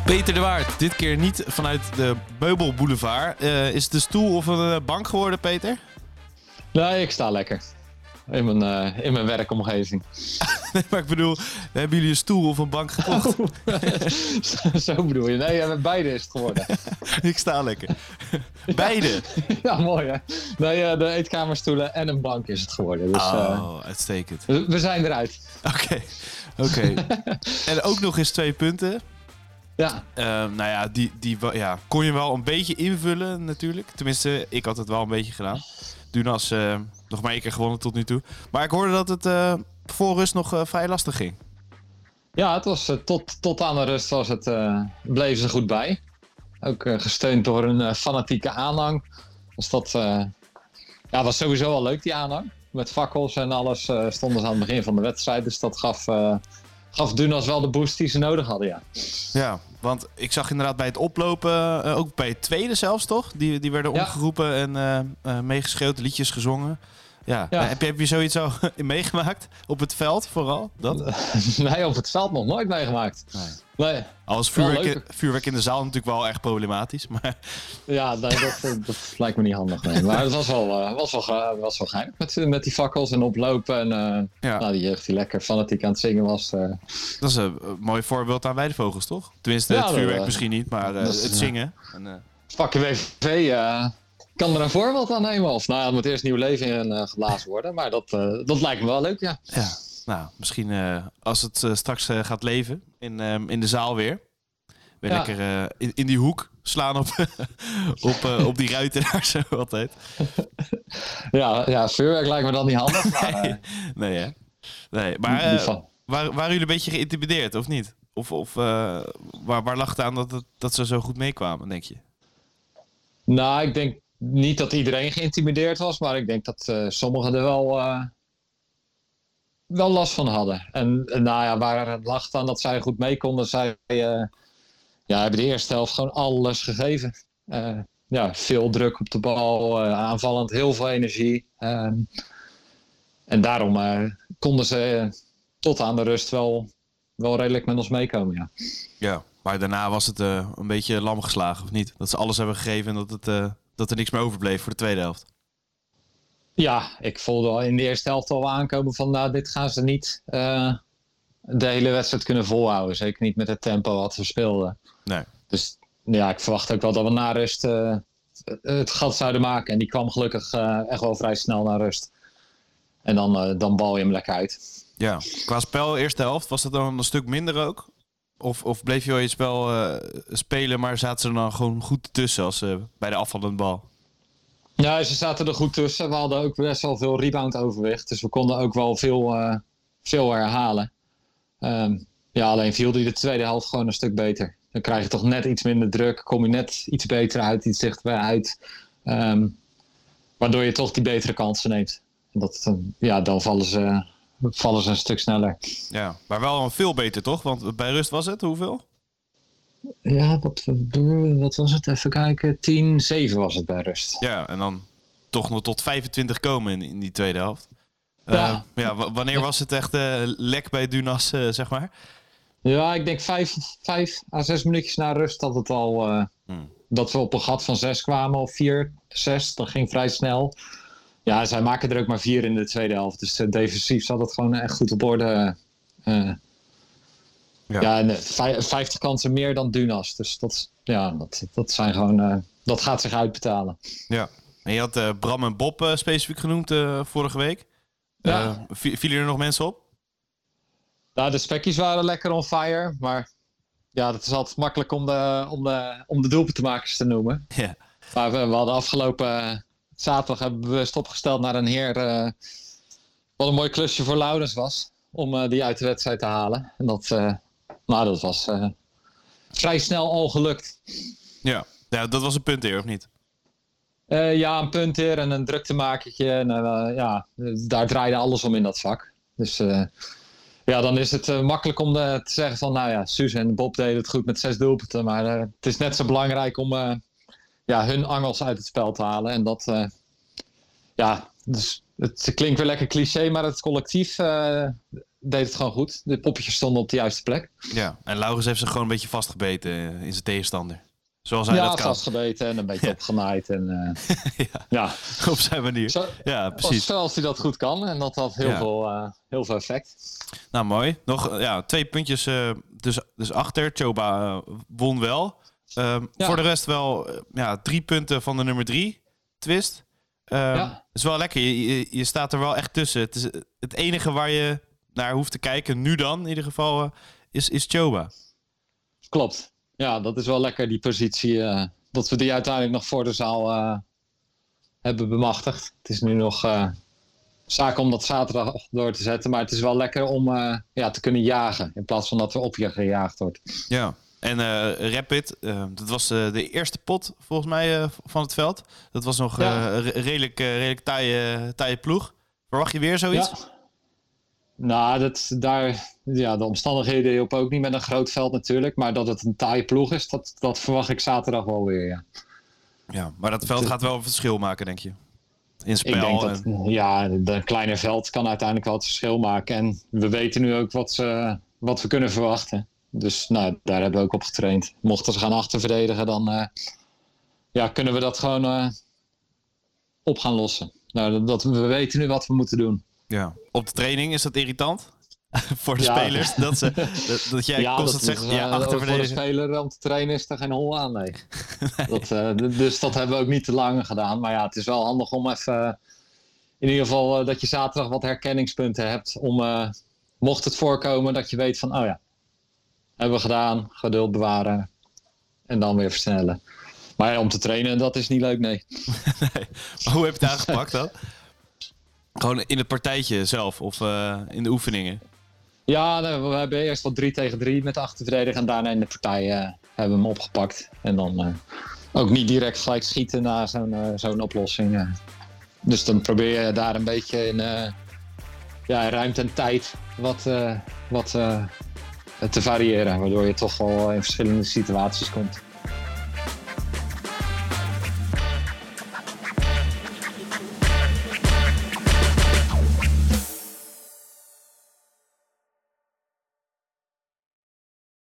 Peter de Waard, dit keer niet vanuit de Meubelboulevard. Is het een stoel of een bank geworden, Peter? Nee, ik sta lekker. In mijn werkomgeving. Nee, maar ik bedoel, hebben jullie een stoel of een bank gekocht? Zo bedoel je. Nee, beide is het geworden. Ik sta lekker. Beide? Ja, mooi hè. Nee, de eetkamerstoelen en een bank is het geworden. Dus, uitstekend. We zijn eruit. Oké. En ook nog eens 2 punten. Ja. Die kon je wel een beetje invullen natuurlijk. Tenminste, ik had het wel een beetje gedaan. Dunas nog maar 1 keer gewonnen tot nu toe. Maar ik hoorde dat het voor rust nog vrij lastig ging. Ja, het was tot aan de rust bleven ze goed bij. Ook gesteund door een fanatieke aanhang. Dus dat was sowieso al leuk, die aanhang. Met fakkels en alles stonden ze aan het begin van de wedstrijd. Dus dat gaf Dunas wel de boost die ze nodig hadden, ja. Ja, want ik zag inderdaad bij het oplopen, ook bij het tweede zelfs toch? Die werden omgeroepen en meegeschreeuwd, liedjes gezongen. Ja. Heb je zoiets al meegemaakt? Op het veld vooral? Dat? Nee, op het veld nog nooit meegemaakt. Nee. Als vuurwerk in de zaal natuurlijk wel erg problematisch. Maar... Ja, nee, dat lijkt me niet handig. Nee. Maar het was wel geinig met die fakkels en oplopen. En die jeugd die lekker fanatiek aan het zingen was. Dat is een mooi voorbeeld aan weidevogels, toch? Tenminste, het vuurwerk misschien niet, maar het zingen. Vakje WVV kan er een voorbeeld aan nemen. Of het moet eerst nieuw leven in geblazen worden. Maar dat lijkt me wel leuk, ja. Ja. Nou, misschien als het straks gaat leven in de zaal weer lekker in die hoek slaan op die ruiten daar zo altijd. Ja, vuurwerk lijkt me dan niet handig. Maar, nee, hè? Nee, maar waren jullie een beetje geïntimideerd, of niet? Of waar lag het aan dat ze zo goed meekwamen, denk je? Nou, ik denk niet dat iedereen geïntimideerd was, maar ik denk dat sommigen er wel last van hadden. En waar het lag aan dat zij goed mee konden, zij hebben de eerste helft gewoon alles gegeven. Veel druk op de bal, aanvallend, heel veel energie. En daarom konden ze tot aan de rust wel redelijk met ons meekomen, ja. Ja, maar daarna was het een beetje lam geslagen, of niet? Dat ze alles hebben gegeven en dat er niks meer overbleef voor de tweede helft. Ja, ik voelde al in de eerste helft al aankomen van dit gaan ze niet de hele wedstrijd kunnen volhouden. Zeker niet met het tempo wat we speelden. Nee. Dus ja, ik verwacht ook wel dat we na rust het gat zouden maken. En die kwam gelukkig echt wel vrij snel naar rust. En dan bal je hem lekker uit. Ja, qua spel eerste helft, was dat dan een stuk minder ook? Of bleef je wel je spel spelen, maar zaten ze er dan gewoon goed tussen als bij de afvallende bal? Ja, ze zaten er goed tussen. We hadden ook best wel veel rebound-overwicht. Dus we konden ook wel veel herhalen. Alleen viel die de tweede helft gewoon een stuk beter. Dan krijg je toch net iets minder druk. Kom je net iets beter uit, iets dichterbij uit. Waardoor je toch die betere kansen neemt. En dan vallen ze een stuk sneller. Ja, maar wel veel beter toch? Want bij rust was het hoeveel? Ja, wat was het? Even kijken. 10-7 was het bij rust. Ja, en dan toch nog tot 25 komen in die tweede helft. Wanneer was het echt lek bij Dunas, zeg maar? Ja, ik denk 5 à 6 minuutjes na rust dat het al... Dat we op een gat van 6 kwamen of 4, 6. Dat ging vrij snel. Ja, zij maken er ook maar 4 in de tweede helft. Dus defensief zat het gewoon echt goed op orde. Ja, 50 kansen meer dan Dunas. Dus dat zijn gewoon... dat gaat zich uitbetalen. Ja, en je had Bram en Bob specifiek genoemd vorige week. Ja. Vielen er nog mensen op? Nou, de spekkies waren lekker on fire. Maar ja, dat is altijd makkelijk om de doelpuntenmakers te noemen. Ja. Maar we hadden afgelopen zaterdag hebben we stopgesteld naar een heer... wat een mooi klusje voor Laurens was. Om die uit de wedstrijd te halen. En dat was vrij snel al gelukt. Ja, dat was een punteer, of niet? Ja, een punteer en een druktemakertje. En daar draaide alles om in dat vak. Dus dan is het makkelijk om te zeggen van... Suus en Bob deden het goed met 6 doelpunten. Maar het is net zo belangrijk om hun angels uit het spel te halen. En dat... dus het klinkt weer lekker cliché, maar het collectief... deed het gewoon goed. De poppetjes stonden op de juiste plek. Ja, en Laurens heeft zich gewoon een beetje vastgebeten in zijn tegenstander. Zoals hij dat kan. Ja, vastgebeten en een beetje opgenaaid. En, ja, op zijn manier. Ja, precies. Zoals hij dat goed kan. En dat had heel veel effect. Nou, mooi. Nog 2 puntjes dus achter. Choba won wel. Voor de rest wel 3 punten van de nummer 3. Twist. Het is wel lekker. Je staat er wel echt tussen. Het is het enige waar je naar hoeft te kijken. Nu dan, in ieder geval, is Choba. Klopt. Ja, dat is wel lekker, die positie. Dat we die uiteindelijk nog voor de zaal hebben bemachtigd. Het is nu nog zaak om dat zaterdag door te zetten. Maar het is wel lekker om te kunnen jagen. In plaats van dat er op je gejaagd wordt. Ja, en Rapid, dat was de eerste pot volgens mij van het veld. Dat was nog redelijk taaie ploeg. Verwacht je weer zoiets? Ja. Nou, de omstandigheden hielpen ook niet met een groot veld natuurlijk. Maar dat het een taaie ploeg is, dat verwacht ik zaterdag wel weer, ja. Ja, maar dat veld gaat wel een verschil maken, denk je? In spel. Ik denk dat een kleiner veld kan uiteindelijk wel het verschil maken. En we weten nu ook wat we kunnen verwachten. Dus daar hebben we ook op getraind. Mochten ze gaan achterverdedigen, dan kunnen we dat gewoon op gaan lossen. We weten nu wat we moeten doen. Ja. Op de training is dat irritant? Voor de spelers? Dat jij constant zegt, achterverdedigen. Voor de speler om te trainen is er geen hol aan, nee. Dus dat hebben we ook niet te lang gedaan. Maar het is wel handig om even... in ieder geval dat je zaterdag wat herkenningspunten hebt. Om, mocht het voorkomen, dat je weet van... hebben we gedaan, geduld bewaren. En dan weer versnellen. Maar om te trainen, dat is niet leuk, nee. Nee. Maar hoe heb je het aangepakt dan? Gewoon in het partijtje zelf of in de oefeningen? Ja, we hebben eerst wat 3 tegen 3 met de achterverdediger. En daarna in de partij hebben we hem opgepakt. En dan ook niet direct gelijk schieten na zo'n oplossing. Dus dan probeer je daar een beetje in ruimte en tijd wat te variëren. Waardoor je toch wel in verschillende situaties komt.